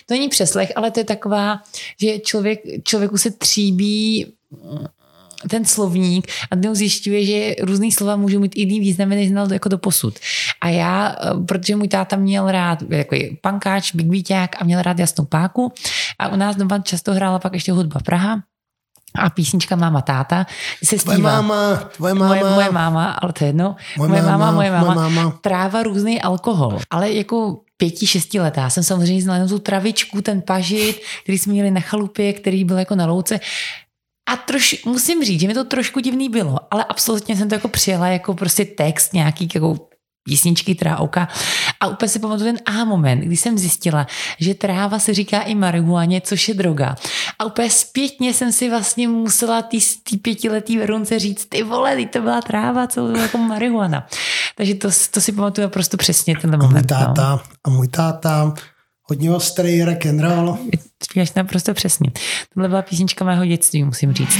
to není přeslech, ale to je taková, že člověku se tříbí ten slovník a dnes zjišťuje, že různý slova můžou mít jiný význam, než znal jako doposud. A já, protože můj táta měl rád takový pankáč, big beaták a měl rád Jasnou páku a u nás doma často hrála pak ještě hudba Praha a písnička Máma táta se zpívá. Tvoje máma. Moje máma, ale to je jedno. Moje máma. Tráva, různý alkohol. Ale jako 5-6 letá jsem samozřejmě znala jenom tu travičku, ten pažit, který jsme měli na chalupě, který byl jako na louce. A musím říct, že mi to trošku divný bylo, ale absolutně jsem to jako přijela jako prostě text nějaký jako písničky, která oka. A úplně si pamatuju ten moment, kdy jsem zjistila, že tráva se říká i marihuaně, což je droga. A úplně zpětně jsem si vlastně musela tý 5letý Verunce říct, ty vole, to byla tráva, co bylo jako marihuana. Takže to si pamatuju naprosto přesně tenhle moment. Můj táta, hodně ostrý rock and roll. Spíš naprosto přesně. Tohle byla písnička mého dětství, musím říct.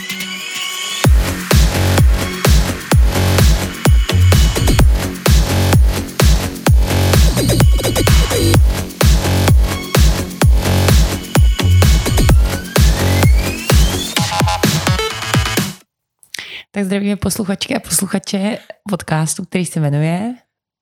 Tak zdravíme posluchačky a posluchače podcastu, který se jmenuje...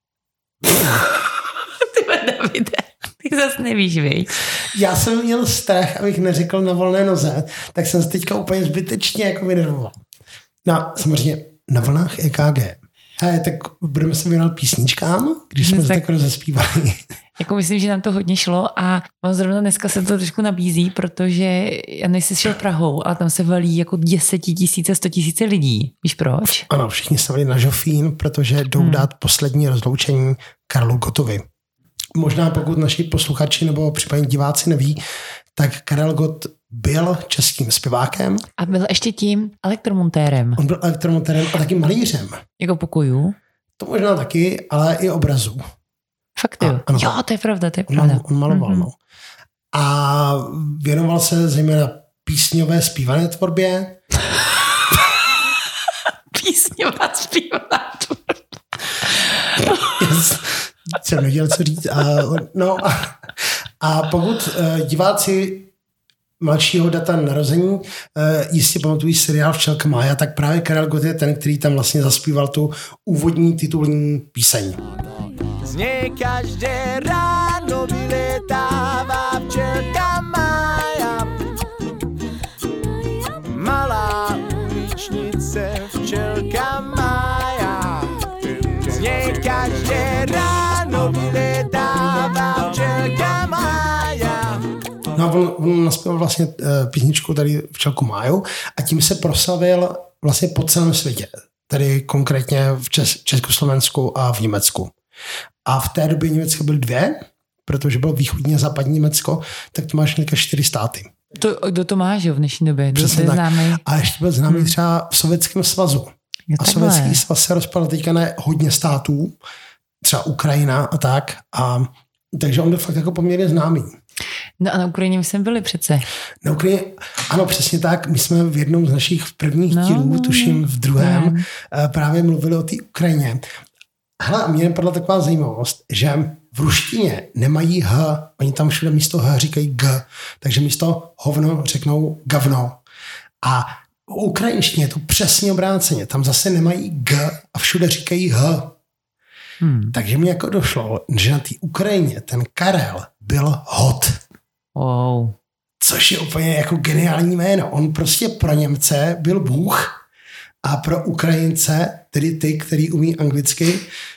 Ty Davide, ty zase nevíš, viď? Já jsem měl strach, abych neřekl na volné noze, tak jsem se teďka úplně zbytečně jako vynervoval. No, samozřejmě na vlnách EKG. Hej, tak budeme se věnovat písničkám, když jsme se tak rozespívali. Jako myslím, že nám to hodně šlo a zrovna dneska se to trošku nabízí, protože já nejsi šel Prahou, ale tam se valí jako 10 000, 100 000 lidí. Víš proč? Ano, všichni se valí na žofín, protože jdou dát poslední rozloučení Karlu Gottovi. Možná pokud naši posluchači nebo případně diváci neví, tak Karel Gott byl českým zpěvákem. A byl ještě tím elektromontérem. On byl elektromontérem a taky malířem. Jako pokojů? To možná taky, ale i obrazů. Fakt jo. Jo, to je pravda, to je pravda. On maloval, no. A věnoval se zejména písňové zpívané tvorbě. Písňová zpívaná tvorbě. Jsem nevěděl, co říct. A pokud diváci mladšího data narození jistě pamatují seriál Včelka Mája, tak právě Karel Gott je ten, který tam vlastně zaspíval tu úvodní titulní píseň. Z něj každé ráno vylétává včelka Mája. Malá uličnice včelka Mája. Z něj každé ráno vylétává včelka Mája. No a on naspěval vlastně písničku tady Včelku Máju a tím se proslavil vlastně po celém světě. Tady konkrétně v Československu a v Německu. A v té době Německo byly 2, protože bylo východní a západní Německo, tak to máš nějaké 4 státy. Kdo to má, že v dnešní době? Přesně tak. Známý? A ještě byl známý třeba v Sovětském svazu. A Sovětský svaz se rozpadl teďka na hodně států, třeba Ukrajina a tak. A takže on byl fakt jako poměrně známý. No a na Ukrajině my jsme byli přece. Na Ukrajině, ano, přesně tak. My jsme v jednom z našich prvních dílů, tuším v druhém, právě mluvili o té Ukrajině. Hele, mě napadla taková zajímavost, že v ruštině nemají H, oni tam všude místo H říkají G, takže místo hovno řeknou gavno. A v ukrajinštině je to přesně obráceně, tam zase nemají G a všude říkají H. Takže mi jako došlo, že na té Ukrajině ten Karel byl hot. Wow. Což je úplně jako geniální jméno. On prostě pro Němce byl Bůh a pro Ukrajince, tedy ty, který umí anglicky,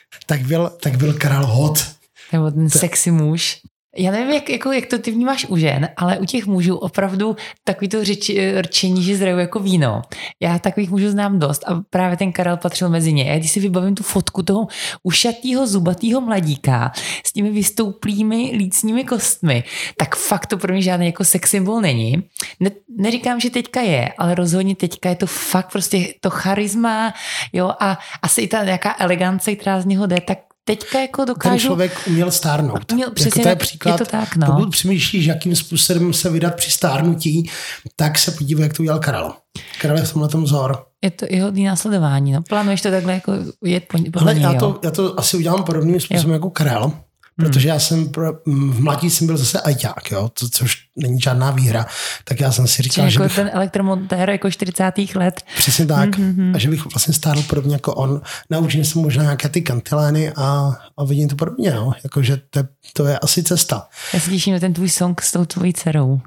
tak byl Karel hot. Nebo ten sexy muž. Já nevím, jak to ty vnímáš u žen, ale u těch mužů opravdu takový to rčení, že zrajou jako víno. Já takových mužů znám dost a právě ten Karel patřil mezi ně. Já když si vybavím tu fotku toho ušatýho, zubatýho mladíka s těmi vystouplými lícními kostmi, tak fakt to pro mě žádný jako sex symbol není. Neříkám, že teďka je, ale rozhodně teďka je to fakt prostě to charisma, jo, a asi i ta nějaká elegance, která z něho jde, tak teďka jako dokážu... Ten člověk uměl stárnout. Přesně, to je příklad, je to tak, no. Pokud přemýšlíš, jakým způsobem se vydat při stárnutí, tak se podívej, jak to udělal Karel. Karel je v tomhle tom vzor. Je to i hodný následování. No. Plánuješ to takhle jako jet podle něj, já to asi udělám podobným způsobem jako Karel, protože já jsem v mladí jsem byl zase ajťák, jo, což není žádná výhra, tak já jsem si říkal, že jako ten elektromontér jako 40. let. Přesně tak, a že bych vlastně stárl podobně jako on, naučil jsem možná nějaké ty kantilény a vidím to podobně, no, jakože to je asi cesta. Já se těším na ten tvůj song s tou tvojí dcerou.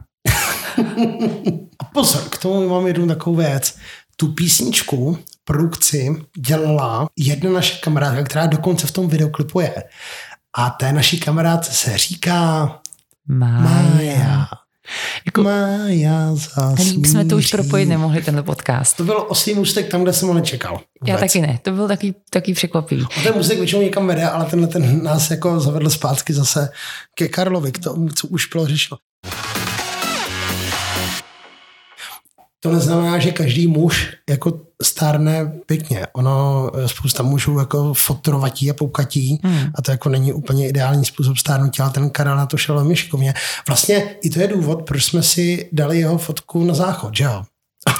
A pozor, k tomu mám jednu takovou věc. Tu písničku, produkci dělala jedna naše kamarádka, která dokonce v tom videoklipu je. A té naší kamarádce se říká Mája. Jako, Mája zasmíří. jsme to už propojit nemohli, tenhle podcast. To byl oslý můstek tam, kde jsem ho nečekal. Vůbec. Já taky ne, to byl taky překvapivý. A ten můstek většinou někam vede, ale ten nás jako zavedl zpátky zase ke Karlovi, k tomu, co už bylo řešeno. To neznamená, že každý muž jako stárne pěkně. Ono spousta mužů jako fotrovatí a poukatí a to jako není úplně ideální způsob stárnutí, ale ten Karel na to šel velmi šikovně. Vlastně i to je důvod, proč jsme si dali jeho fotku na záchod, že jo?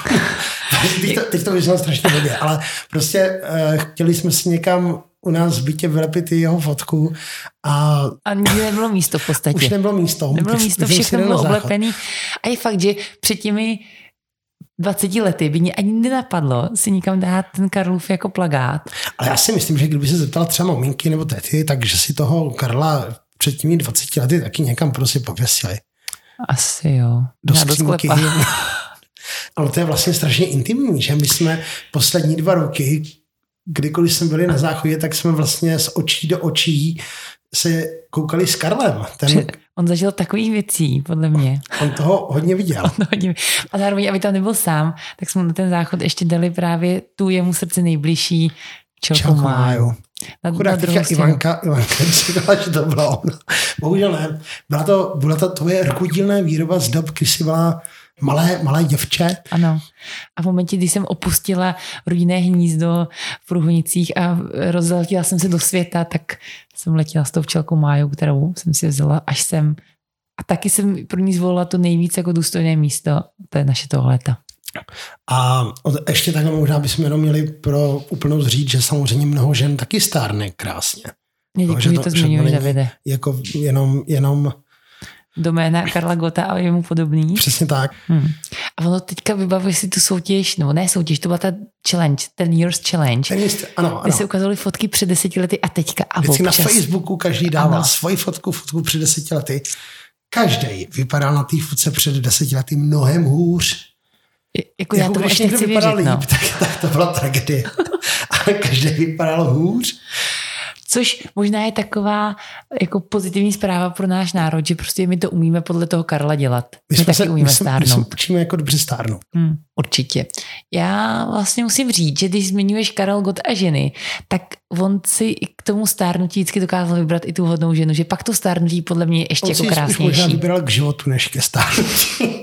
teď to vyzval strašně blbě, ale prostě chtěli jsme si někam u nás v bytě vylepit jeho fotku a nikdy nebylo místo v podstatě. Už nebylo místo. Nebylo místo, všechno bylo oblepený. A je fakt, že před těmi 20 lety by mě ani nenapadlo si nikam dát ten Karlův jako plagát. Ale já si myslím, že kdyby se zeptal třeba maminky nebo tety, takže si toho Karla před těmi 20 lety taky někam prostě pověsili. Asi jo. Do skřínky. Ale to je vlastně strašně intimní, že my jsme poslední 2 roky, kdykoliv jsme byli na záchodě, tak jsme vlastně z očí do očí se koukali s Karlem. On zažil takových věcí, podle mě. On toho hodně viděl. A zároveň, aby tam nebyl sám, tak jsme na ten záchod ještě dali právě tu jemu srdci nejbližší Čelku Máju. Akorát Ivanka říkala, že to byla ona. Bohužel ne. Byla to tvoje rukodílná výroba z dob, když jsi byla malé děvče. Ano. A v momentě, kdy jsem opustila rodinné hnízdo v Průhonicích a rozletěla jsem se do světa, tak jsem letěla s tou včelkou Májou, kterou jsem si vzala až sem. A taky jsem pro ní zvolila to nejvíc jako důstojné místo. To je naše toho léta. A ještě takhle možná bychom jenom měli pro úplnou říct, že samozřejmě mnoho žen taky stárne krásně. Děkuji, že to zmiňuješ, Davide. Jako jenom doména Karla Gotta a jemu podobný. Přesně tak. A ono teďka vybavuje si tu soutěž, nebo ne soutěž, to byla ta challenge, ten Year's Challenge. Ano. Kde se ukazovaly fotky před 10 lety a teďka. A vždycky na Facebooku každý dává svoji fotku před 10 lety. Každý vypadal na té fotce před 10 lety mnohem hůř. Jako já to ještě nechci věřit. Líp, tak to byla tragédie. Ale každý vypadal hůř. Což možná je taková jako pozitivní zpráva pro náš národ, že prostě my to umíme podle toho Karla dělat. My taky umíme stárnout. My se učíme jako dobře stárnout. Určitě. Já vlastně musím říct, že když zmiňuješ Karel Gott a ženy, tak on si k tomu stárnutí vždycky dokázal vybrat i tu vhodnou ženu, že pak to stárnutí podle mě je ještě on jako krásnější. On si možná vybral k životu než ke stárnutí.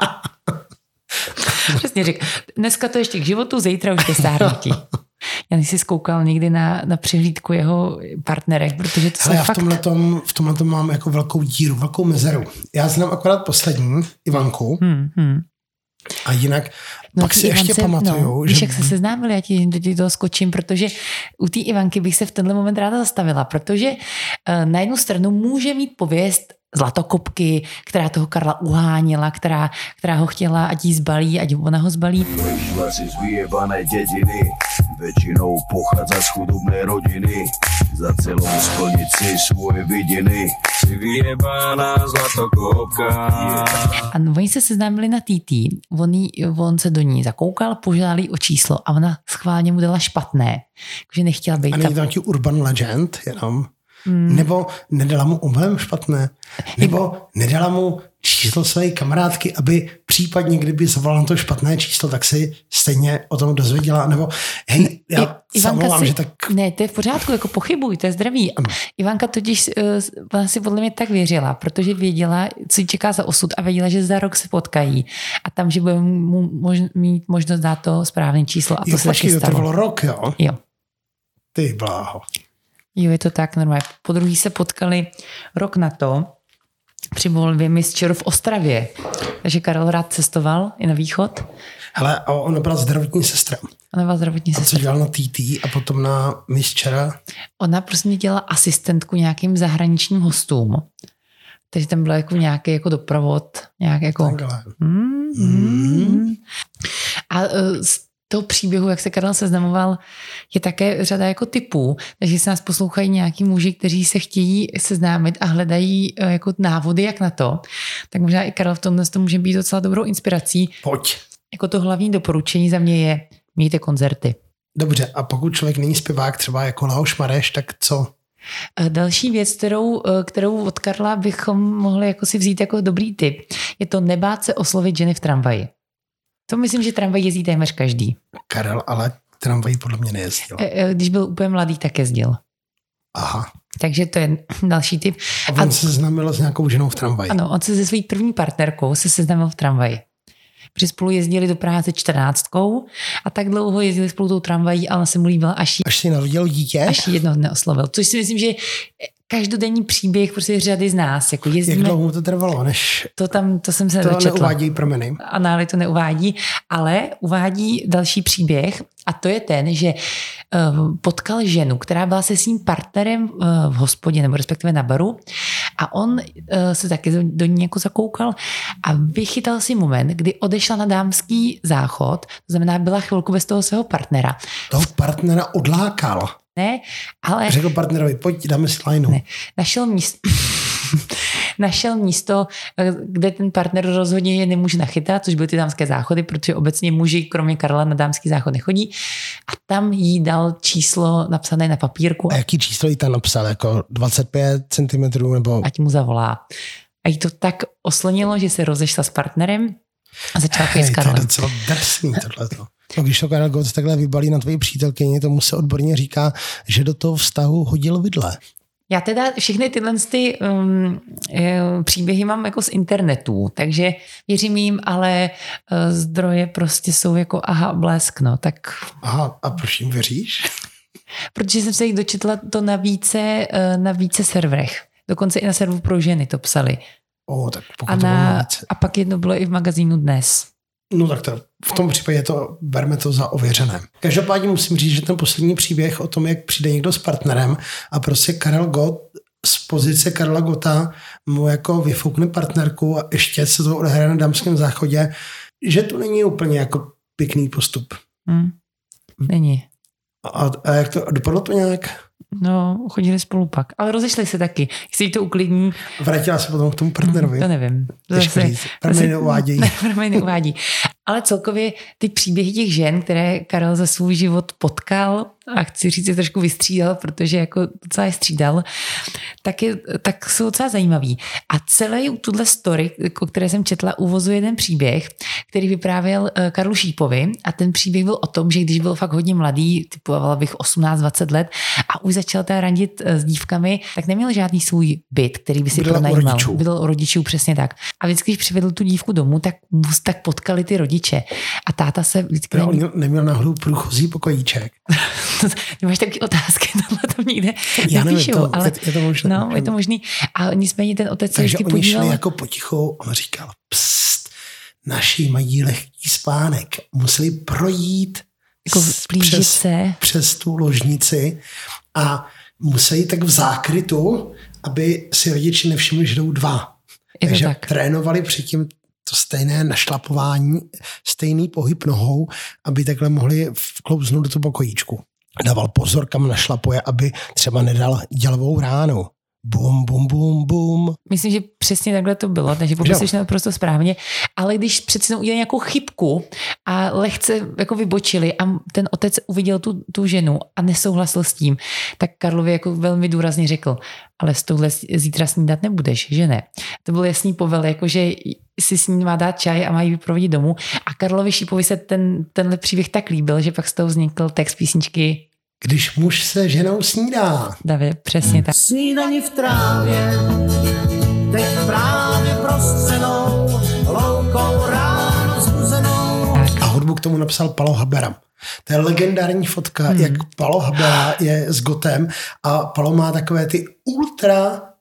Přesně řekl. Dneska to ještě k životu, zítra už ke stárnutí. Já nejsi zkoukal někdy na přehlídku jeho partnerek, protože to jsou fakt... V tomhletom mám jako velkou díru, velkou mezeru. Já znám akorát poslední, Ivanku. A jinak pak si ještě pamatuju, že... Víš, jak se seznámili, já ti do toho skočím, protože u té Ivanky bych se v tenhle moment ráda zastavila, protože na jednu stranu může mít pověst zlatokopky, která toho Karla uháněla, která ho chtěla, ať jí zbalí, ať ona ho zbalí. Vyšla si z vyjebané dědiny, většinou pochádza z chudobné rodiny, za celou splnit si svoje vidiny, si vyjebaná zlatokopka. A oni se seznámili na TT, on se do ní zakoukal, požádal jí o číslo a ona schválně mu dala špatné, že nechtěla být. A není to nějaký urban legend jenom? Nebo nedala mu omylem špatné, nebo nedala mu číslo své kamarádky, aby případně, kdyby zavolala na to špatné číslo, tak si stejně o tom dozvěděla, nebo hej, já samolám, že tak... Ne, to je v pořádku, jako pochybuj, to je zdravý. Ivanka totiž, ona si podle mě tak věřila, protože věděla, co jí čeká za osud a věděla, že za rok se potkají a tam, že bude mít možnost dát to správné číslo a to se taky stalo. To trvalo rok, jo? Jo. Ty bláho. Jo, je to tak normálně. Po druhý se potkali rok na to při volbě Miss Čero v Ostravě. Takže Karel rád cestoval i na východ. Hele, a ona byla zdravotní sestra. Ona byla zdravotní sestra. A co dělala na TT a potom na Miss Čera? Ona prostě dělala asistentku nějakým zahraničním hostům. Takže tam byl jako nějaký jako doprovod. Nějak jako... A z toho příběhu, jak se Karel seznamoval, je také řada jako typů. Takže se nás poslouchají nějaký muži, kteří se chtějí seznámit a hledají jako návody, jak na to. Tak možná i Karel v tomhle to může být docela dobrou inspirací. Pojď. Jako to hlavní doporučení za mě je mějte koncerty. Dobře, a pokud člověk není zpěvák, třeba jako Leoš Mareš, tak co? Další věc, kterou od Karla bychom mohli jako si vzít jako dobrý tip, je to nebát se oslovit ženy v tramvaji. To myslím, že tramvaj jezdí téměř každý. Karel, ale tramvaj podle mě nejezdil. Když byl úplně mladý, tak jezdil. Aha. Takže to je další tip. A on se seznámil s nějakou ženou v tramvaji. Ano, on se se svou první partnerkou se seznámil v tramvaji. Protože spolu jezdili do práce 14 a tak dlouho jezdili spolu tou tramvají, ale se mu líbila, až si narodil dítě? Až jednoho neoslovil. Což si myslím, že každodenní příběh prostě řady z nás. Jako jezdíme, jak dlouho to trvalo, než... To jsem se nedočetla. To neuvádějí promeny. Anály to neuvádí, ale uvádí další příběh a to je ten, že potkal ženu, která byla se svým partnerem v hospodě, nebo respektive na baru a on se taky do ní jako zakoukal a vychytal si moment, kdy odešla na dámský záchod, to znamená, byla chvilku bez toho svého partnera. Toho partnera odlákal. Ne, ale... Řekl partnerovi, pojď, dáme si lajnu. Ne, našel místo, kde ten partner rozhodně je nemůže nachytat, což byly ty dámské záchody, protože obecně muži, kromě Karla, na dámský záchod nechodí. A tam jí dal číslo napsané na papírku. A jaký číslo jí tam napsal? Jako 25 cm nebo... Ať mu zavolá. A jí to tak oslnilo, že se rozešla s partnerem a začala s Karlem. To je docela drsný tohleto. No, když to Karel Gott takhle vybalí na tvoji přítelkyni, tomu se odborně říká, že do toho vztahu hodil vidle. Já teda všechny tyhle příběhy mám jako z internetu, takže věřím jim, ale zdroje prostě jsou jako blesk, no, tak... Aha, a proč jim věříš? Protože jsem se jich dočetla to na více serverech. Dokonce i na serveru pro ženy to psali. Tak pokud to bylo víc. A pak jedno bylo i v magazínu Dnes. No tak to, v tom případě berme to za ověřené. Každopádně musím říct, že ten poslední příběh o tom, jak přijde někdo s partnerem a prostě Karel Gott z pozice Karla Gotta mu jako vyfoukne partnerku a ještě se to odehraje na dámském záchodě, že to není úplně jako pěkný postup. Není. A jak to dopadlo to nějak? No, chodili spolu pak. Ale rozešli se taky. Jestli to uklidní. Vrátila se potom k tomu partnerovi. To nevím. Promeny neuvádějí. Promeny neuvádí. Ale celkově ty příběhy těch žen, které Karel za svůj život potkal, a chci říct, že trošku vystřídal, protože jako docela je střídal, tak jsou docela zajímavý. A celé tuhle story, o které jsem četla, uvozuje jeden příběh, který vyprávěl Karlu Šípovi a ten příběh byl o tom, že když byl fakt hodně mladý, typovala bych 18-20 let a už začal teda randit s dívkami, tak neměl žádný svůj byt, který by si pronajímal. Bydlel u rodičů, přesně tak. A vždycky, když přivedl tu dívku domů, tak potkali ty rodiče. A táta se vždycky... On neměl náhodou průchozí pokojíček. Máš taky otázky, tohle tam nikde já nepíšou, nevím, ale je to možné. No, je to možný. A nicméně ten otec se vždycky podíval. Takže oni šli jako potichou, on říkal, pst, naši mají lehký spánek. Museli projít jako přes tu ložnici a museli tak v zákrytu, aby si rodiči nevšimli, že jdou dva. Takže tak trénovali předtím to stejné našlapování, stejný pohyb nohou, aby takhle mohli vklouznout do toho pokojíčku. Dával pozor, kam našlapuje, aby třeba nedal dělovou ránu. Bum, bum, bum, bum. Myslím, že přesně takhle to bylo, takže popisuješ naprosto správně, ale když přece udělali nějakou chybku a lehce jako vybočili a ten otec uviděl tu ženu a nesouhlasil s tím, tak Karlovi jako velmi důrazně řekl, ale s touhle zítra snídat nebudeš, že ne? To byl jasný povel, jakože si s ní má dát čaj a má ji vyprovodit domů a Karlovi Šípovi se tenhle příběh tak líbil, že pak z toho vznikl text písničky Když muž se ženou snídá. David, přesně tak. Snídani v trávě, teď právě prostřenou, loukou ráno zbuzenou. A hudbu k tomu napsal Palo Habera. To je legendární fotka, jak Palo Habera je s Gottem a Palo má takové ty ultra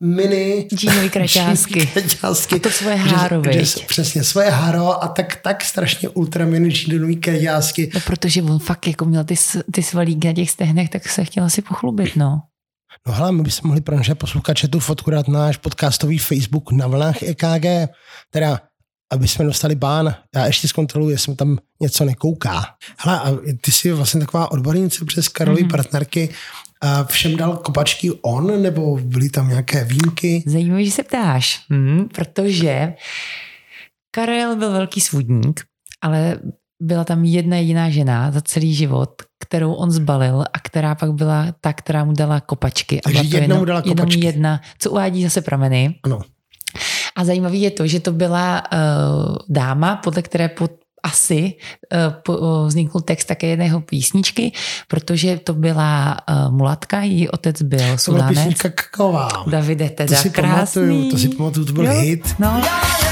mini džínový kraťásky. A to svoje háro, přesně, svoje háro a tak strašně ultra mini džínový kraťásky. No, protože on fakt jako měl ty svalíky na těch stehnech, tak se chtěl asi pochlubit, no. No hele, my bychom mohli pro naše posluchače tu fotku dát náš podcastový Facebook Na vlnách EKG, teda aby jsme dostali bán. Já ještě zkontroluji, jestli tam něco nekouká. Hele, a ty jsi vlastně taková odbornice přes Karolovy partnerky. A všem dal kopačky on, nebo byly tam nějaké výjimky? Zajímavé, že se ptáš, protože Karel byl velký svůdník, ale byla tam jedna jediná žena za celý život, kterou on zbalil a která pak byla ta, která mu dala kopačky. Takže jednou dala kopačky. Jedna, co uvádí zase prameny. Ano. A zajímavý je to, že to byla dáma, podle které asi vznikl text také jedného písničky, protože to byla mulatka, její otec byl Sulanec. To byla písnička Kaková. Davide, teda krásný. To si pamatuju, to byl hit. No.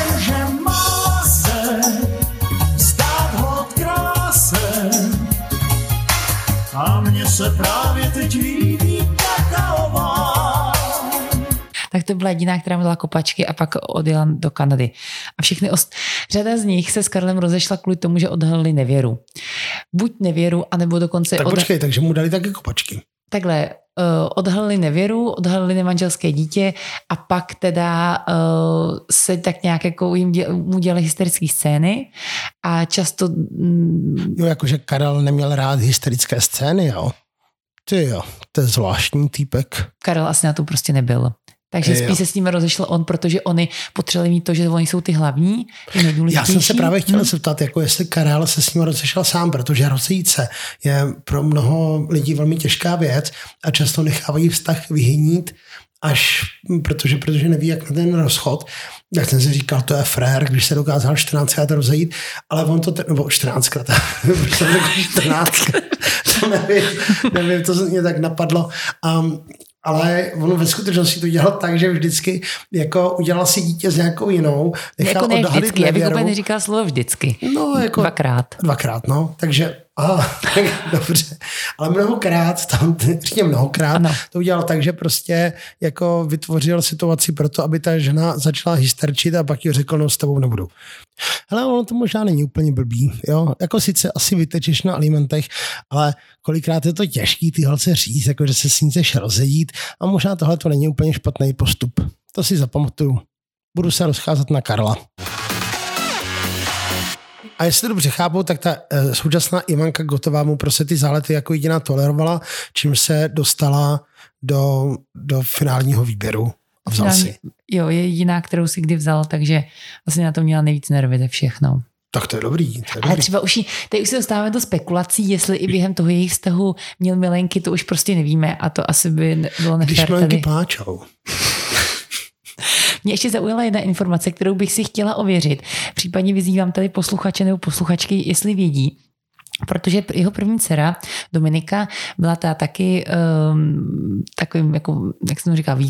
A mně se právě teď líbí kakaová. Tak to byla jediná, která mu dala kopačky a pak odjela do Kanady. A řada z nich se s Karlem rozešla kvůli tomu, že odhalili nevěru. Buď nevěru, anebo dokonce... Tak počkej, takže mu dali taky kopačky. Takhle, odhalili nevěru, odhalili nemanželské dítě a pak teda se tak nějak jako mu dělali hysterické scény a často... Jo, jakože Karel neměl rád hysterické scény, jo? Ty jo, to je zvláštní týpek. Karel asi na to prostě nebyl. Takže spíš se s ním rozešel on, protože oni potřebovali mít to, že oni jsou ty hlavní, ty nejdůležitější. Já jsem se právě chtěl zeptat, jako jestli Karel se s ním rozešel sám, protože rozejít se je pro mnoho lidí velmi těžká věc a často nechávají vztah vyhynít, protože neví, jak na ten rozchod. Jak jsem si říkal, to je frér, když se dokázal 14krát rozejít, ale on to, nebo 14krát, už jsem řekl 14krát, to nevím, to mě tak napadlo. Ale on ve skutečnosti to dělal tak, že vždycky jako udělal si dítě s nějakou jinou, nechal jako odhalit vždycky, nevěru. Já bych úplně neříkal slovo vždycky. No, jako Dvakrát, no. Takže, dobře. Ale mnohokrát to udělal tak, že prostě jako vytvořil situaci pro to, aby ta žena začala hysterčit a pak jí řekl, no s tebou nebudu. Hele, ono to možná není úplně blbý, jo. Jako sice asi vytečeš na alimentech, ale kolikrát je to těžký ty holce říct, jako že se s ní chceš rozejít a možná tohle to není úplně špatný postup. To si zapamatuju. Budu se rozcházet na Karla. A jestli to dobře chápu, tak ta současná Ivanka Gottová mu prostě ty zálety jako jediná tolerovala, čím se dostala do finálního výběru a vzal si. Jo, je jediná, kterou si kdy vzal, takže vlastně na to měla nejvíc nervy ze všechno. Tak to je dobrý. Ale třeba teď už se dostáváme do spekulací, jestli i během toho jejich vztahu měl milenky, to už prostě nevíme a to asi by bylo nefér. Když milenky pláčou. Mě ještě zaujala jedna informace, kterou bych si chtěla ověřit. Případně vyzývám tady posluchače nebo posluchačky, jestli vědí, protože jeho první dcera Dominika byla taky takovým, jako, jak jsem říkal,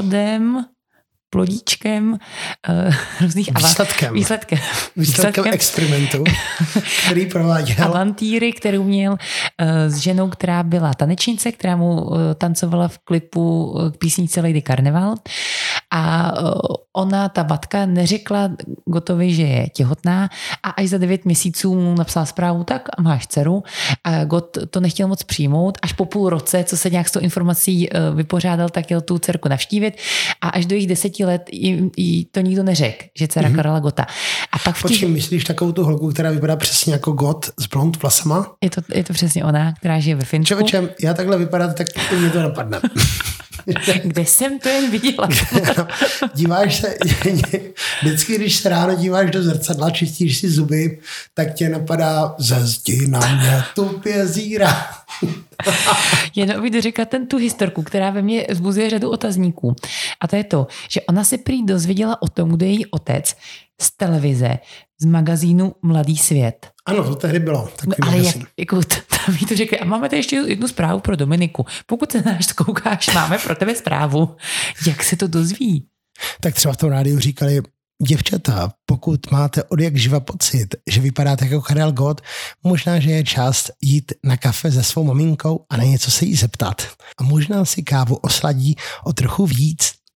plodíčkem různých výsledkem experimentu, který prováděl. Avantýry, kterou měl s ženou, která byla tanečnice, která mu tancovala v klipu k písničce Lady Carnival. A ona, ta matka, neřekla Gottovi, že je těhotná a až za 9 měsíců mu napsala zprávu, tak a máš dceru. A Gott to nechtěl moc přijmout. Až po půl roce, co se nějak s tou informací vypořádal, tak jel tu dcerku navštívit a až do jejich 10 let jí to nikdo neřekl, že dcera Karla Gotta. A pak Počkej, myslíš takovou tu holku, která vypadá přesně jako Gott s blond vlasama? Je to přesně ona, která žije ve Finsku. Čověčem, já takhle vypadám, tak mě to napadne. Kde jsem to jen viděla? Díváš se, vždycky, když se ráno díváš do zrcadla, čistíš si zuby, tak tě napadá ze zdi na mě tupě zíra. Jenom bych dořekla tu historku, která ve mně vzbuzuje řadu otazníků. A to je to, že ona se prý dozvěděla o tom, kdo je její otec z televize, z magazínu Mladý svět. Ano, to tehdy bylo. Ale jako tam jí to řekli, a máme tady ještě jednu zprávu pro Dominiku. Pokud se náš koukáš, máme pro tebe zprávu. Jak se to dozví? Tak třeba v tom rádiu říkali, děvčata, pokud máte odjak živa pocit, že vypadáte jako Karel Gott, možná, že je čas jít na kafe se svou maminkou a na něco se jí zeptat. A možná si kávu osladí o trochu víc.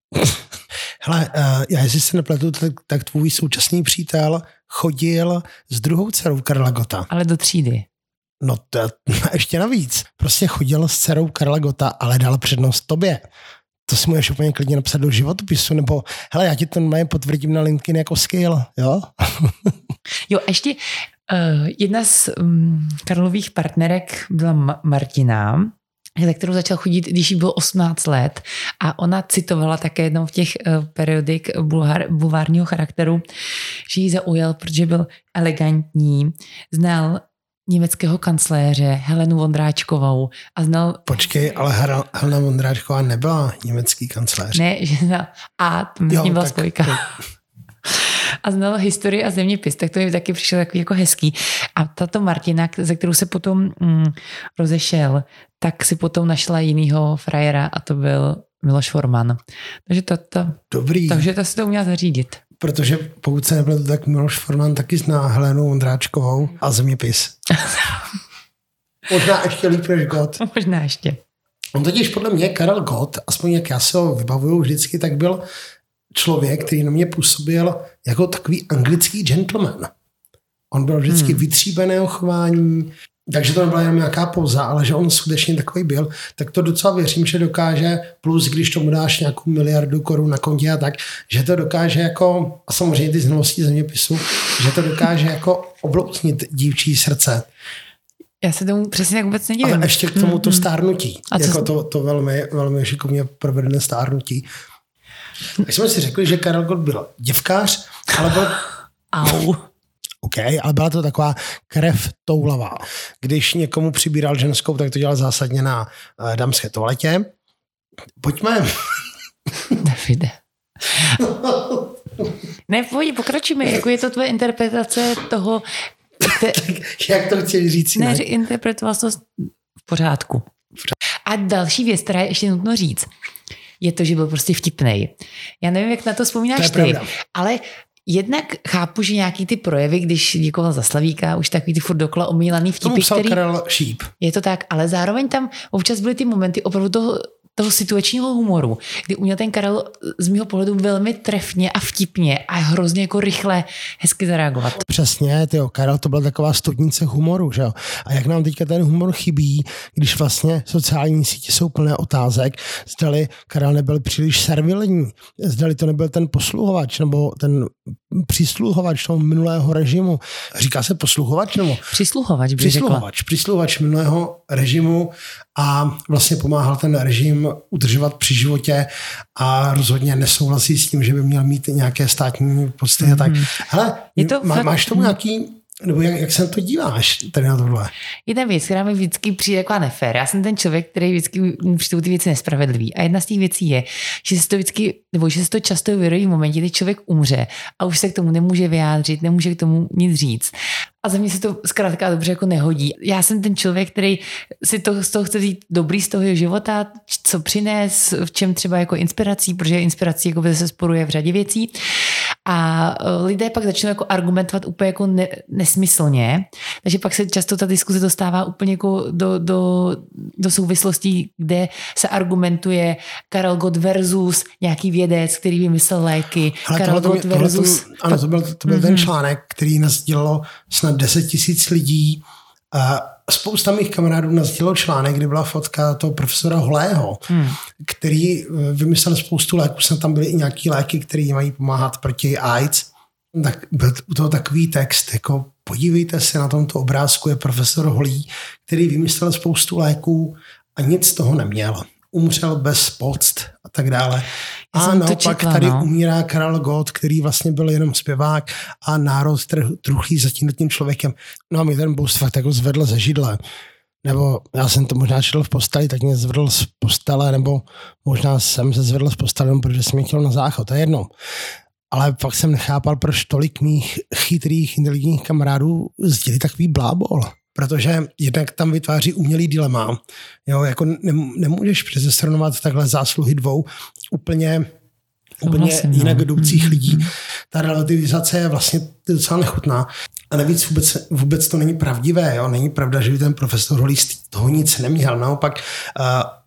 Hele, já jestli se nepletu, tak tvůj současný přítel chodil s druhou dcerou Karla Gotta. Ale do třídy. No to ještě navíc. Prostě chodil s dcerou Karla Gotta, ale dal přednost tobě. To si můžeš úplně klidně napsat do životopisu, nebo hele, já ti to potvrdím na LinkedIn jako skill, jo? Jo, ještě jedna z Karlových partnerek byla Martina, za kterou začal chodit, když jí bylo 18 let, a ona citovala také jednou v těch periodik bulvárního charakteru, že jí zaujal, protože byl elegantní, znal německého kancléře Helenu Vondráčkovou a znal... Počkej, ale Helena Vondráčková nebyla německý kancléř. Ne, že znal... A s ním byla spojka. A znal historii a zeměpis, tak to mi taky přišlo takový jako hezký. A tato Martina, ze kterou se potom rozešel, tak si potom našla jinýho frajera a to byl Miloš Forman. Takže Dobrý. Takže to si to uměla zařídit. Protože pokud se nepletu, tak Miloš Forman taky zná Helenu Vondráčkovou a zeměpis. Možná ještě líp než Gott. Možná ještě. On totiž podle mě Karel Gott, aspoň jak já se ho vybavuju vždycky, tak byl člověk, který na mě působil jako takový anglický gentleman. On byl vždycky vytříbeného chování, takže to nebyla jenom nějaká pouza, ale že on skutečně takový byl, tak to docela věřím, že dokáže, plus když tomu dáš nějakou miliardu korun na kontě a tak, že to dokáže jako, a samozřejmě ty znalosti zeměpisu, že to dokáže jako oblousnit dívčí srdce. Já se tomu přesně tak vůbec nedivím. Ale ještě k tomu to stárnutí. A jako to velmi, velmi šikovně provedené stárnutí. Tak jsme si řekli, že Karel Gott byl děvkář, ale byl... Au. OK, ale byla to taková krev toulavá. Když někomu přibíral ženskou, tak to dělal zásadně na dámské toaletě. Pojďme. Davide. Ne, pokračujeme. Jako je to tvoje interpretace toho... Jak to chceš říct? Ne, že interpretoval to v pořádku. A další věc, která je ještě nutno říct, je to, že byl prostě vtipnej. Já nevím, jak na to vzpomínáš ty, ale jednak chápu, že nějaký ty projevy, když děkoval za Slavíka, už takový ty furt dokola omílaný vtipy, který... Karel Šíp. Je to tak, ale zároveň tam občas byly ty momenty opravdu toho situačního humoru, kdy uměl ten Karel z mýho pohledu velmi trefně a vtipně a hrozně jako rychle hezky zareagovat. Přesně, tyjo, Karel to byla taková studnice humoru, že jo? A jak nám teďka ten humor chybí, když vlastně sociální sítě jsou plné otázek, zdali Karel nebyl příliš servilní, zdali to nebyl ten posluhovač nebo ten přísluhovač toho minulého režimu. Říká se posluhovač nebo? Přísluhovač minulého režimu a vlastně pomáhal ten režim udržovat při životě a rozhodně nesouhlasí s tím, že by měl mít nějaké státní posty a tak. Hele, máš tomu nějaký, nebo jak se na to díváš tady na tohle? Jedna věc, která mi vždycky přijde jako nefér. Já jsem ten člověk, který vždycky mu přijdou ty věci nespravedlivý. A jedna z těch věcí je, že se to vždycky, nebo že se to často vyrojí v momentě, kdy člověk umře a už se k tomu nemůže vyjádřit, nemůže k tomu nic říct. A za mě se to zkrátka dobře jako nehodí. Já jsem ten člověk, který si z toho chce vzít dobrý z toho jeho života, co přines, v čem třeba jako inspirací, protože inspirací jako se sporuje v řadě věcí. A lidé pak začnou jako argumentovat úplně jako nesmyslně, takže pak se často ta diskuze dostává úplně jako do souvislostí, kde se argumentuje Karel Gott versus nějaký vědec, který vymyslel léky. Karel Gott versus... Ano, to byl ten článek, který nás dělalo snad 10 000 lidí. Spousta mých kamarádů nás dělalo článek, kde byla fotka toho profesora Holého, který vymyslel spoustu léků. Snad tam byly i nějaký léky, které mají pomáhat proti AIDS. Tak byl u toho takový text, jako podívejte se, na tomto obrázku je profesor Holý, který vymyslel spoustu léků a nic z toho neměl. Umřel bez poct a tak dále. A naopak tady umírá Karel Gott, který vlastně byl jenom zpěvák a národ truchlí za tím člověkem. No a mě ten boust fakt jako zvedl ze židle. Nebo já jsem to možná četl v posteli, tak mě zvedl z postele, nebo možná jsem se zvedl z postele, protože jsem mě chtěl na záchod, to je jedno. Ale pak jsem nechápal, proč tolik mých chytrých, inteligentních kamarádů sdělí takový blábol. Protože jednak tam vytváří umělý dilema. Jo, jako nemůžeš přece srovnovat takhle zásluhy dvou úplně jinak jdoucích lidí. Ta relativizace je vlastně docela nechutná. A navíc vůbec to není pravdivé. Jo? Není pravda, že by ten profesor Holý z toho nic neměl. Naopak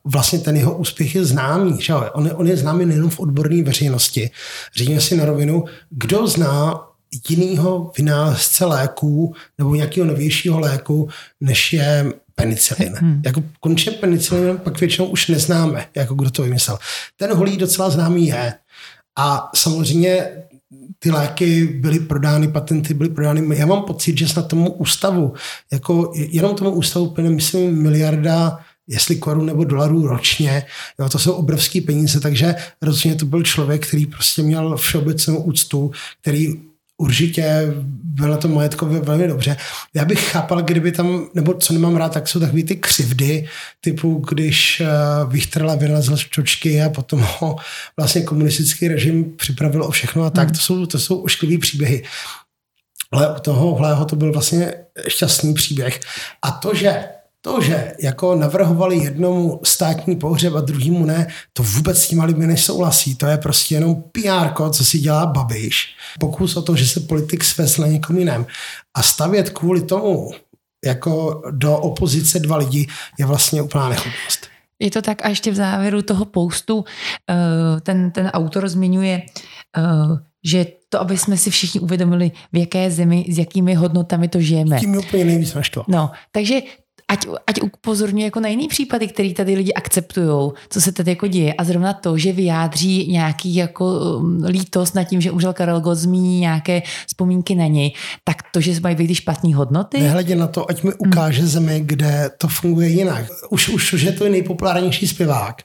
vlastně ten jeho úspěch je známý. Že? On je známý nejenom v odborné veřejnosti. Řekněme si na rovinu, kdo zná jinýho vynálezce léků nebo nějakého novějšího léku, než je penicilin. Jako konečně penicilin pak většinou už neznáme, jako kdo to vymyslel. Ten holý docela známý je. A samozřejmě ty léky byly prodány, patenty byly prodány. Já mám pocit, že snad tomu ústavu, jako jenom tomu ústavu plyne, myslím, miliarda, jestli korun nebo dolarů ročně. Jo, to jsou obrovský peníze, takže rozhodně to byl člověk, který prostě měl všeobecnou úctu, který určitě byl na tom majetkově velmi dobře. Já bych chápal, kdyby tam, nebo co nemám rád, tak jsou takové ty křivdy, typu když Vichterla vylezl z čočky a potom ho vlastně komunistický režim připravil o všechno a tak. To jsou ošklivý příběhy. Ale u toho Hlého to byl vlastně šťastný příběh. A to, že jako navrhovali jednomu státní pohřeb a druhýmu ne, to vůbec s těma lidmi nesouhlasí. To je prostě jenom PR, co si dělá Babiš. Pokus o to, že se politik svezl na někom jiném. A stavět kvůli tomu jako do opozice dva lidi je vlastně úplná nechutnost. Je to tak a ještě v závěru toho postu ten autor zmiňuje, že to, aby jsme si všichni uvědomili, v jaké zemi, s jakými hodnotami to žijeme. Tím je úplně nejvíc naštval. No, takže ať upozorňuje jako na jiný případy, který tady lidi akceptujou, co se tady jako děje. A zrovna to, že vyjádří nějaký jako lítost nad tím, že umřel Karel Gott, zmíní nějaké vzpomínky na něj, tak to, že mají být špatný hodnoty. Nehledě na to, ať mi ukáže zemi, kde to funguje jinak. Už je to nejpopulárnější zpěvák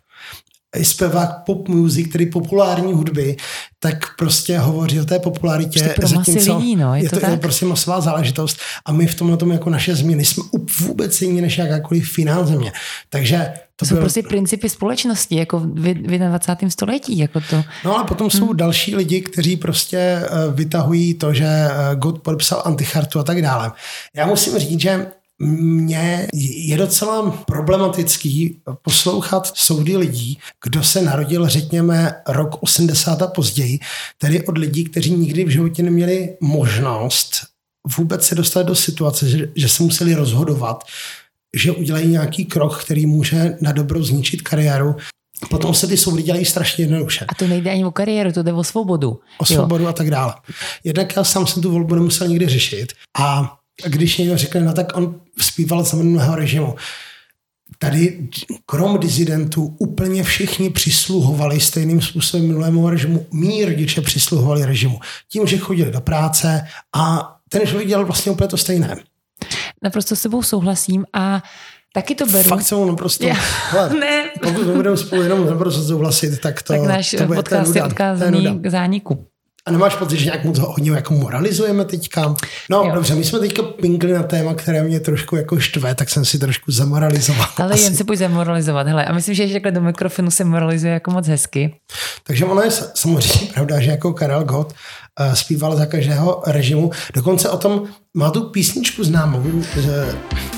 pop music, tedy populární hudby, tak prostě hovoří o té popularitě. Zatímco lidí, no, je to prostě masová záležitost a my v tomhle tom jako naše změny jsme vůbec jiní než jakákoliv jiná země. Takže to jsou prostě principy společnosti, jako v 21. století. Jako to. No ale potom jsou další lidi, kteří prostě vytahují to, že Gott podepsal antichartu a tak dále. Já musím říct, že mně je docela problematický poslouchat soudy lidí, kdo se narodil, řekněme, rok 80 a později, tedy od lidí, kteří nikdy v životě neměli možnost vůbec se dostat do situace, že se museli rozhodovat, že udělají nějaký krok, který může na dobro zničit kariéru. Potom se ty soudy dělají strašně jednoduše. A to nejde ani o kariéru, to jde o svobodu. O svobodu a tak dále. Jednak já sám jsem tu volbu nemusel nikdy řešit a když někdo řekne, no tak on zpíval za minulého režimu. Tady krom disidentů úplně všichni přisluhovali stejným způsobem minulému režimu. Mí rodiče přisluhovali režimu. Tím, že chodili do práce a ten člověk dělal vlastně úplně to stejné. Naprosto s sebou souhlasím a taky to beru. Fakt jsem naprosto. Ne. Pokud budeme spolu jenom naprosto souhlasit, tak to... Tak náš podcast je odkázaný k zániku. A nemáš pocit, že nějak moc hodně jako moralizujeme teďka? No jo. Dobře, my jsme teďka pinkli na téma, které mě trošku jako štve, tak jsem si trošku zamoralizoval. Ale jen si pojď zamoralizovat. Hele, a myslím, že takhle do mikrofonu se moralizuje jako moc hezky. Takže ono je samozřejmě pravda, že jako Karel Gott zpíval za každého režimu. Dokonce o tom má tu písničku známou, že...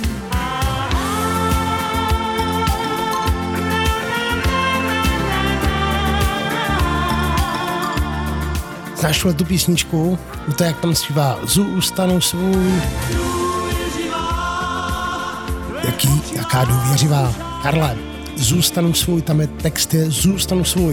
Znáš tu písničku? No to jak tam zpívá Zůstanu svůj. Jaká důvěřivá. Karle, Zůstanu svůj, tam je text, je Zůstanu svůj.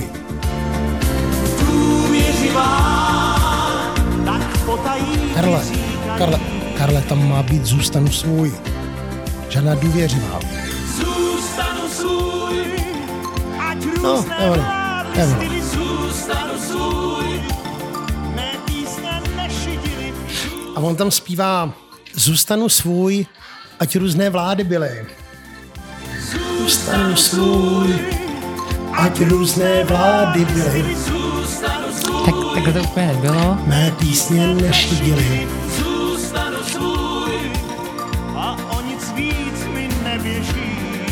Karle, tam má být Zůstanu svůj. Žádná důvěřivá. Zůstanu svůj, ať různé vlády a on tam zpívá Zůstanu svůj, ať různé vlády byly. Zůstanu svůj, ať různé vlády byly. Tak to úplně nebylo. Mé písně nešidily. Zůstanu svůj a o nic víc mi neběží.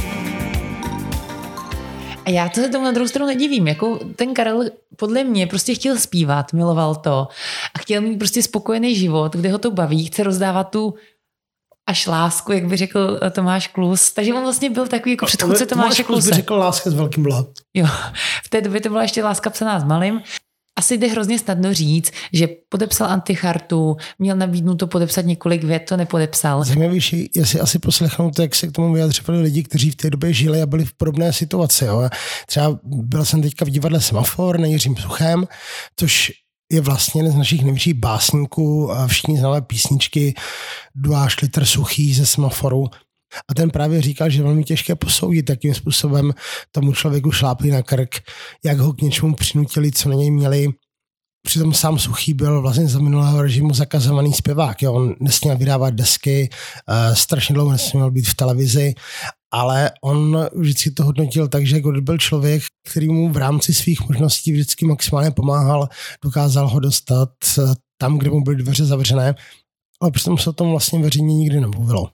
A já to se tomu na druhou stranu nedivím. Jako ten Karel podle mě prostě chtěl zpívat, miloval to a chtěl mít prostě spokojený život, kde ho to baví, chce rozdávat tu až lásku, jak by řekl Tomáš Klus. Takže on vlastně byl takový jako předchůdce Tomáše Kluse. Tomáš Klus by řekl láska s velkým L. Jo, v té době to byla ještě láska psaná s malým. asi jde hrozně snadno říct, že podepsal antichartu, měl nabídnuto podepsat několik vět, to nepodepsal. Zajímavější je si asi poslechnout, jak se k tomu vyjadřovali lidi, kteří v té době žili a byli v podobné situaci. Jo. Třeba byl jsem teďka v divadle Semafor na Jiřím Suchém, což je vlastně jeden z našich největších básníků a všichni znali písničky Duáš litr suchý ze Semaforu. A ten právě říkal, že je velmi těžké posoudit, jakým způsobem tomu člověku šlápli na krk, jak ho k něčemu přinutili, co na něj měli. Přitom sám Suchý byl vlastně za minulého režimu zakazovaný zpěvák. Jo? On nesměl vydávat desky, strašně dlouho nesměl být v televizi, ale on vždycky to hodnotil tak, že God byl člověk, který mu v rámci svých možností vždycky maximálně pomáhal, dokázal ho dostat tam, kde mu byly dveře zavřené, ale přitom se o tom vlastně veřejně nikdy nemluvilo.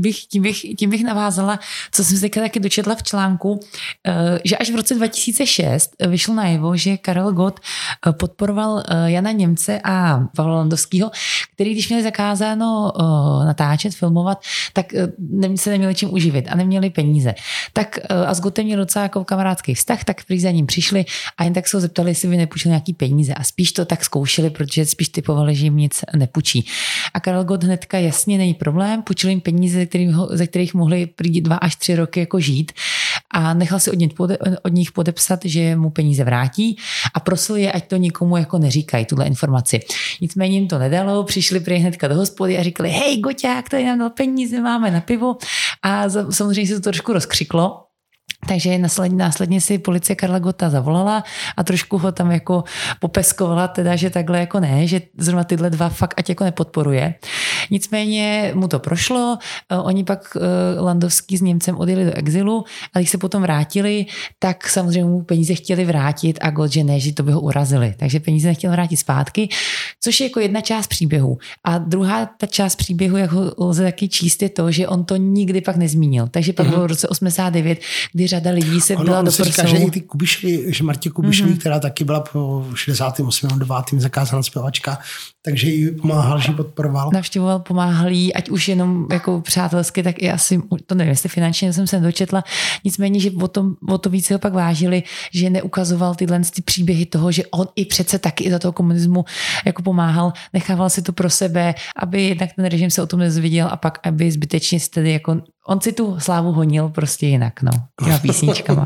Tím bych navázala, co jsem se taky dočetla v článku, že až v roce 2006 vyšlo najevo, že Karel Gott podporoval Jana Němce a Pavla Landovského, který když měli zakázáno natáčet, filmovat, tak se neměli čím uživit a neměli peníze. Tak a s Gottem měl docela jako kamarádský vztah, tak prý za ním přišli a jen tak se ho zeptali, jestli by nepůjčil nějaký peníze a spíš to tak zkoušeli, protože spíš typovali, že jim nic nepůjčí. A Karel Gott hnedka jasně není problém, půjčil jim peníze, ze kterých mohli prý 2 až 3 roky jako žít a nechal si od nich podepsat, že mu peníze vrátí a prosil je, ať to nikomu jako neříkají, tuhle informaci. Nicméně jim to nedalo, přišli prý hnedka do hospody a říkali, hej Goťák, tady nám dal peníze, máme na pivo a samozřejmě se to trošku rozkřiklo. Takže následně si policie Karla Gotta zavolala a trošku ho tam jako popeskovala, teda, že takhle jako ne, že zrovna tyhle dva fakt ať jako nepodporuje. Nicméně mu to prošlo, oni pak Landovský s Němcem odjeli do exilu a když se potom vrátili, tak samozřejmě mu peníze chtěli vrátit a Gott, že ne, že to by ho urazili. Takže peníze nechtěl vrátit zpátky, což je jako jedna část příběhu. A druhá ta část příběhu, jak ho lze taky číst, je to, že on to nikdy pak nezmínil. Takže pak bylo v roce 89, kdy řada lidí se byla do prsou. Že i ty Kubišovi, že Martě Kubišovi, která taky byla po 68. 9. zakázaná zpěvačka, takže jí pomáhal, že ji podporoval. Navštěvoval, pomáhal jí, ať už jenom jako přátelsky, tak i asi, to nevím, jestli finančně jsem se dočetla, nicméně, že o to více ho pak vážili, že neukazoval tyhle příběhy toho, že on i přece taky za toho komunismu jako pomáhal, nechával si to pro sebe, aby jednak ten režim se o tom nezvěděl a pak, aby zbytečně tedy jako on si tu slávu honil prostě jinak, no. Těma písničkama.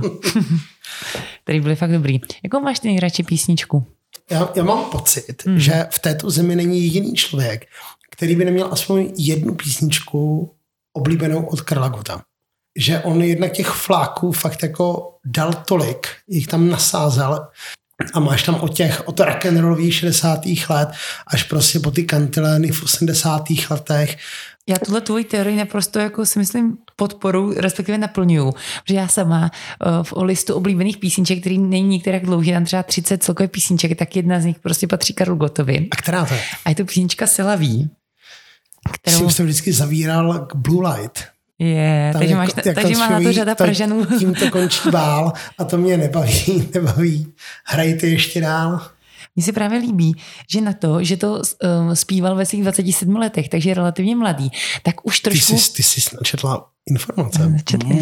Který byly fakt dobrý. Jakou máš ty nejradši písničku? Já mám pocit, že v této zemi není jediný člověk, který by neměl aspoň jednu písničku oblíbenou od Karla Gotta. Že on jednak těch fláků fakt jako dal tolik, jich tam nasázel a máš tam od rock'n'rollových 60. let až prostě po ty kantilény v 80. letech. Já tuhle tvoji teorii naprosto jako si myslím podporu, respektive naplňuju, protože já sama v listu oblíbených písniček, který není některá dlouhý, tam třeba 30 celkových písniček, tak jedna z nich prostě patří Karlu Gottovi. A která to je? A je to písnička Se ví, kterou jsem vždycky zavíral k Blue Light. Takže má na to řada Pražanů. Tím to končí bál a to mě nebaví. Hrajte ještě dál. Mně se právě líbí, že na to, že to zpíval ve svých 27 letech, takže je relativně mladý, tak už trošku... Ty jsi načetla informace.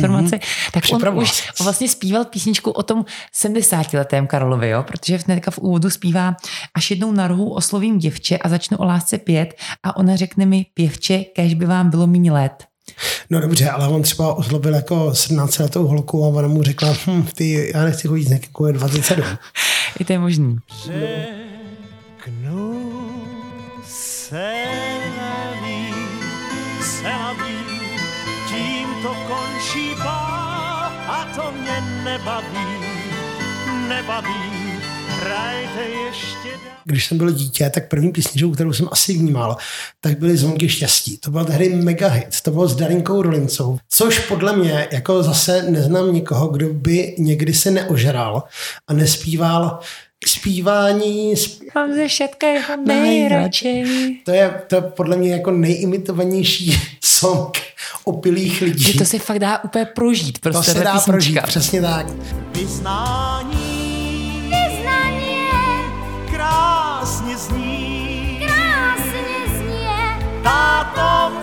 Tak on už vlastně zpíval písničku o tom 70letém Karlovi, jo? Protože hnedka v úvodu zpívá: až jednou na rohu oslovím děvče a začnu o lásce pět a ona řekne mi: pěvče, kéž by vám bylo míň let. No dobře, ale on třeba oslovil jako 17letou holku a ona mu řekla: já nechci chodit s někým 27. I to je možný. Řeknu se laví, tím to končí bál a to mě nebaví, hrajte ještě dál. Když jsem byl dítě, tak první písničkou, kterou jsem asi vnímal, tak byly Zvonky štěstí. To byl tehdy mega hit, to bylo s Darinkou Rolincou, což podle mě, jako zase neznám nikoho, kdo by někdy se neožral a nespíval zpívání. Mám ze všetka jeho nejradši. To je podle mě jako nejimitovanější song opilých lidí. Že to se fakt dá úplně prožít. Prostě to se dá prožít, přesně tak. Vyznání krásně zní, tato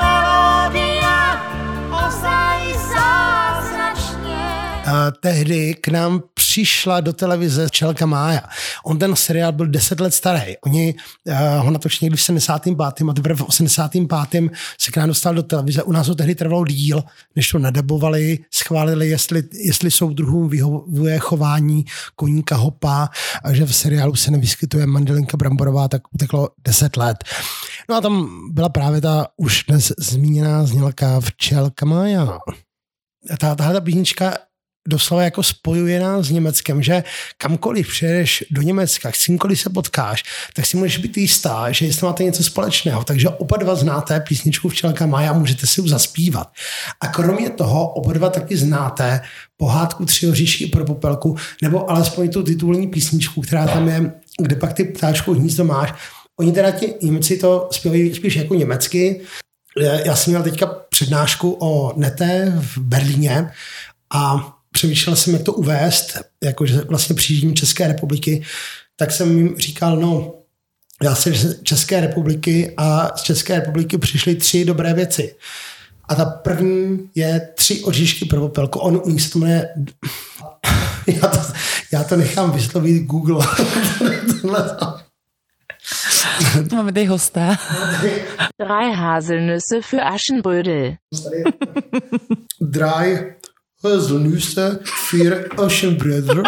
melodia ozaj zázračně. Tehdy k nám přišla do televize Včelka Mája. On ten seriál byl 10 let starý. Oni ho natočili někdy v 75. a teprve v 85. se k nám dostal do televize. U nás to tehdy trvalo díl, než to nadabovali, schválili, jestli soudruhům vyhovuje chování koníka Hopa a že v seriálu se nevyskytuje mandelinka bramborová, tak uteklo 10 let. No a tam byla právě ta už dnes zmíněná znělka Včelka Mája. Tahle písnička doslova jako spojuje nás s Německem, že kamkoliv přijedeš do Německa, s kýmkoliv se potkáš, tak si můžeš být jistá, že jestli máte něco společného. Takže oba dva znáte písničku Včelka Mája, můžete si ji zaspívat. A kromě toho oba dva taky znáte pohádku Tři oříšky pro Popelku, nebo alespoň tu titulní písničku, která tam je, kde pak ty ptáčku hnízdo máš. Oni teda ti Němci to zpívají spíš jako německy. Já jsem měl teďka přednášku o Nete v Berlíně a přemýšlel jsem, jak to uvést, jakože vlastně přijíždím České republiky, tak jsem jim říkal, no, já jsem z České republiky a z České republiky přišly 3 dobré věci. A ta první je 3 oříšky pro Popelku. U nich se to jmenuje, já to nechám vyslovit Google. Máme tady hosta. 3 Haselnüsse für Aschenbrödel. 3 Haselnüsse für Aschenbrödel.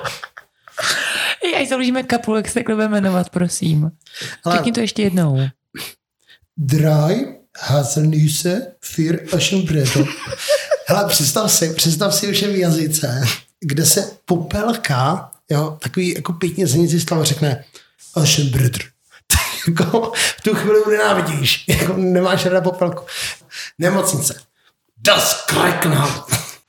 Ať založíme kapelu, jak se takhle bude jmenovat, prosím. Řekni to ještě jednou. 3 Haselnüsse für Aschenbrödel. Hele, představ si už v jazyce, kde se Popelka, jo, takový jako pěkně zenici slova řekne Aschenbrödel. Jako v tu chvíli nenávidíš, jako nemáš ráda Popelku. Nemocnice. Das Krankenhaus.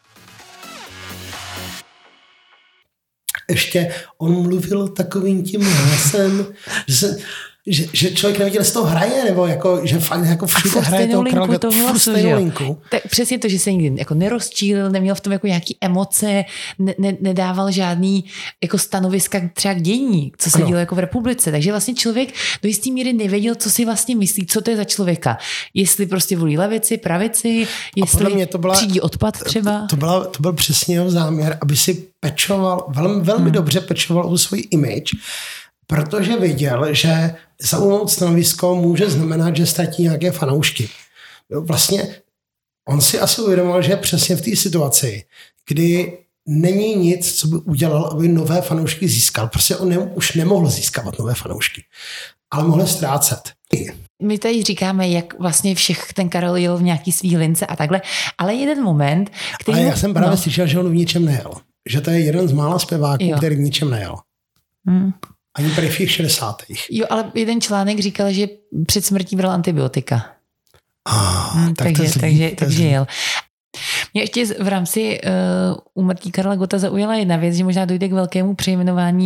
Ještě on mluvil takovým tím hlasem, že člověk nevěděl, jestli to hraje, nebo jako, že fakt jako všude hraje toho stejnou linku. Tak přesně to, že se nikdy jako nerozčílil, neměl v tom jako nějaký emoce, nedával žádný jako stanoviska třeba k dění, co se dělo jako v republice. Takže vlastně člověk do jistý míry nevěděl, co si vlastně myslí, co to je za člověka. Jestli prostě volí levici, pravici, jestli třídí odpad třeba. To byl přesně jeho záměr, aby si pečoval, velmi dobře pečoval o svůj image, protože viděl, že zaujmout stanovisko může znamenat, že ztratí nějaké fanoušky. Vlastně on si asi uvědomil, že je přesně v té situaci, kdy není nic, co by udělal, aby nové fanoušky získal. Prostě on už nemohl získávat nové fanoušky, ale mohl ztrácet. My tady říkáme, jak vlastně ten Karel jel v nějaký svý lince a takhle, ale jeden moment, který... Ale já jsem právě slyšel, že on v ničem nejel. Že to je jeden z mála zpěváků, který v ničem nejel. Ani prý v těch 60. Jo, ale jeden článek říkal, že před smrtí bral antibiotika. Takže jel. Mě ještě v rámci úmrtí Karla Gotta zaujala jedna věc, že možná dojde k velkému přejmenování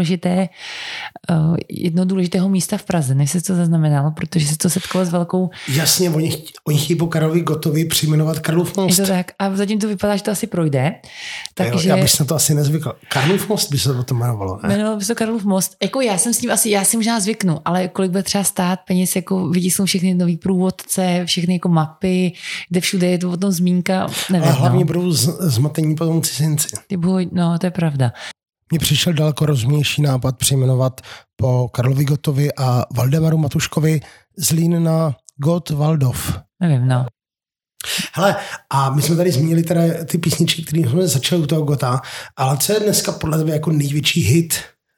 jednoho důležitého místa v Praze. Než se to zaznamenalo, protože se to setkalo s velkou... Jasně, oni chtějí po Karlovi Gottovi přejmenovat Karlův most. Je to tak. A zatím to vypadá, že to asi projde. Takže... Já bych na to asi nezvykl. Karlův most by se to jmenovalo, ne? Jmenovalo by se to Karlův most. Jako já si možná zvyknu, ale kolik bude třeba stát peněz, jako vytisknou všechny nový průvodce, všechny jako mapy, kde všude je to o tom zmínka. Nevím, ale hlavně budou zmatení potom cizinci. No, to je pravda. Mně přišel daleko rozumnější nápad přejmenovat po Karlovi Gottovi a Valdemaru Matuškovi Zlín na Gott Waldorf. Nevím, no. Hele, a my jsme tady zmínili teda ty písničky, které jsme začali u toho Gotta, ale co je dneska podle tebe jako největší hit?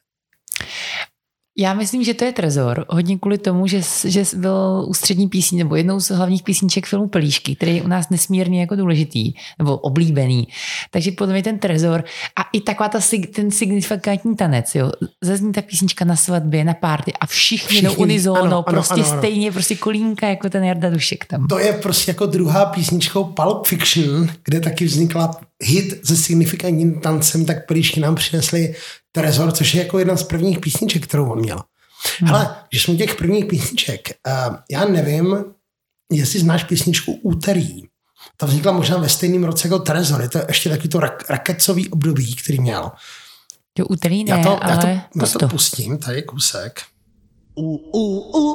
Já myslím, že to je Trezor. Hodně kvůli tomu, že byl ústřední písní, nebo jednou z hlavních písniček filmu Pelíšky, který je u nás nesmírně jako důležitý, nebo oblíbený. Takže podle mě ten Trezor a i taková ten signifikantní tanec, jo. Zazní ta písnička na svatbě, na párty a všichni jdou unizóno, prostě stejně, prostě kolínka jako ten Jarda Dušek tam. To je prostě jako druhá písničkou Pulp Fiction, kde taky vznikla hit se signifikantním tancem, tak Pelíšky nám přinesli Trezor, což je jako jedna z prvních písniček, kterou on měl. Hele, že jsme těch prvních písniček, já nevím, jestli znáš písničku Úterý. Ta vznikla možná ve stejném roce jako Trezor. Je to ještě taky to rakecový období, který měl. Jo, Úterý ne, já to pustím, tady kousek.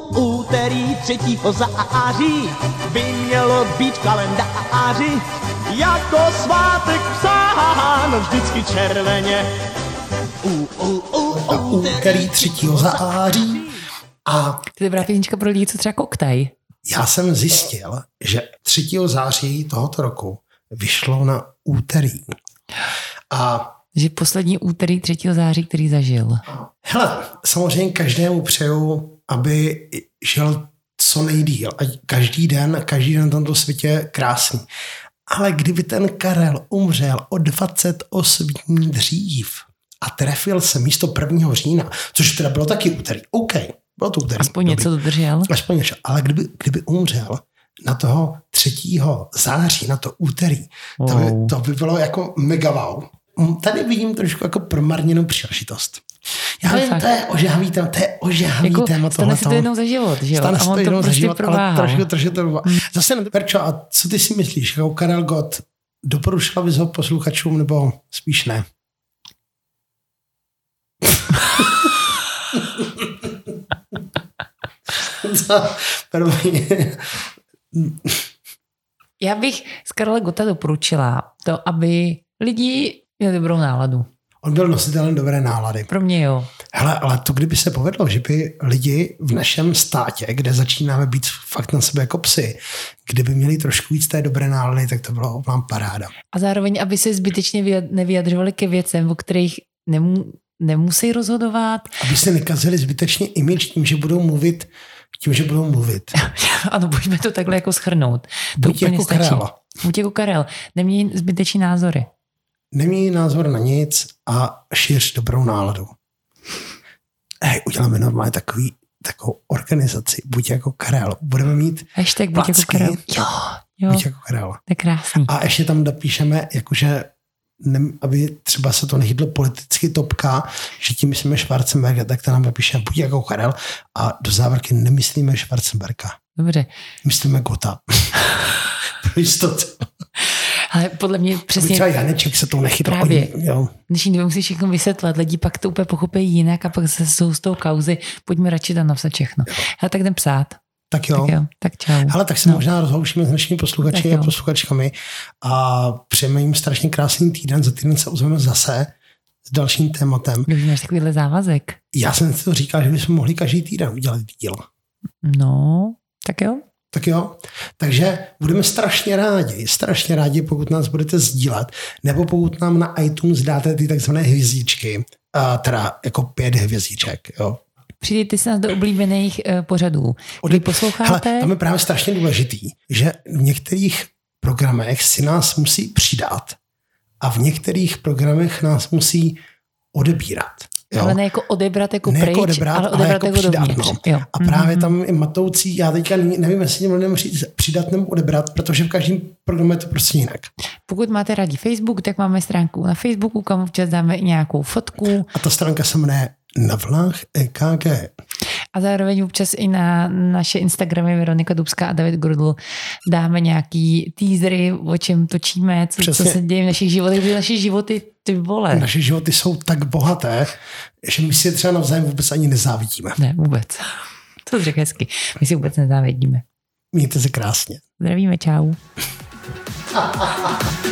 Úterý 3. září by mělo být v kalendáři jako svátek psán, vždycky červeně. Úterý 3. září. A to je dobrá písnička pro lidi, co třeba koktají. Já jsem zjistil, že 3. září tohoto roku vyšlo na úterý. A že poslední úterý 3. září, který zažil. Hele, samozřejmě každému přeju, aby žil co nejdýl. A každý den na tomto světě je krásný. Ale kdyby ten Karel umřel o 28 dní dřív a trefil se místo 1. října, což teda bylo taky úterý. OK, bylo to úterý. Aspoň něco dodržel. Aspoň něco. Ale kdyby umřel na toho 3. září, na to úterý, to by bylo jako mega wow. Tady vidím trošku jako promarněnou příležitost. Já vím, to je ožehavý téma tohleto. Stane si to jednou za život, že jo? Stane a on to to prostě prováhal. Trošku to zase Verčo, a co ty si myslíš? Jako Karel Gott, doporučila bys ho posluchačům, nebo spíš ne? Já bych z Karla Gotta doporučila to, aby lidi měli dobrou náladu. On byl nositelem dobré nálady. Pro mě jo. Hele, ale to kdyby se povedlo, že by lidi v našem státě, kde začínáme být fakt na sebe jako psy, kdyby měli trošku víc té dobré nálady, tak to bylo vám paráda. A zároveň, aby se zbytečně nevyjadřovali ke věcem, o kterých nemusí rozhodovat. Aby se nekazili zbytečně image tím, že budou mluvit. Ano, pojďme to takhle jako shrnout. Buď jako Karel. Buď jako Karel. Neměj zbytečný názory. Neměj názor na nic a šiř dobrou náladu. Uděláme normálně takovou organizaci. Buď jako Karel. Budeme mít hashtag buď jako Karel. Jo. Buď jako Karel. To je krásný. A ještě tam dopíšeme, jakože aby třeba se to nechytlo politicky topka, že tím myslíme Schwarzenberga, tak to nám napíše buď jako Karel a do závorky nemyslíme Schwarzenberga. Dobře. Myslíme Gotta. Pro jistotu. Ale podle mě přesně... Třeba Janeček se to nechytlo. Právě. Dnešní době musíš všechno vysvětlit. Lidi pak to úplně pochopí jinak a pak se jsou z toho kauzy. Pojďme radši tam napsat všechno. Ale tak jdem psát. Tak jo. Tak čau. Ale tak se možná rozloučíme s našimi posluchači a posluchačkami a přejeme jim strašně krásný týden. Za týden se ozveme zase s dalším tématem. Když máš takovýhle závazek. Já jsem si to říkal, že bychom mohli každý týden udělat díl. No, tak jo. Tak jo, takže budeme strašně rádi, pokud nás budete sdílet, nebo pokud nám na iTunes dáte ty takzvané hvězdičky, teda jako 5 hvězdiček, jo. Přidejte se nás do oblíbených pořadů. Když posloucháte... Hele, tam je právě strašně důležitý, že v některých programech si nás musí přidat a v některých programech nás musí odebírat. Jo? Ale ne jako odebrat jako ne pryč, jako odebrat, ale odebrat jako přidat. No. A právě tam je matoucí, já teďka nevím, jestli můžeme říct přidat nebo odebrat, protože v každém programu je to prostě jinak. Pokud máte rádi Facebook, tak máme stránku na Facebooku, kam občas dáme i nějakou fotku. A ta stránka se jmenuje Na vlnách EKG. A zároveň občas i na naše Instagramy Veronika Dubská a David Grudl dáme nějaký teasery, o čem točíme, co se děje v našich životech, protože naše životy, ty vole. Naše životy jsou tak bohaté, že my si je třeba navzájem vůbec ani nezávidíme. Ne, vůbec. To řekl hezky. My si vůbec nezávidíme. Mějte se krásně. Zdravíme, čau.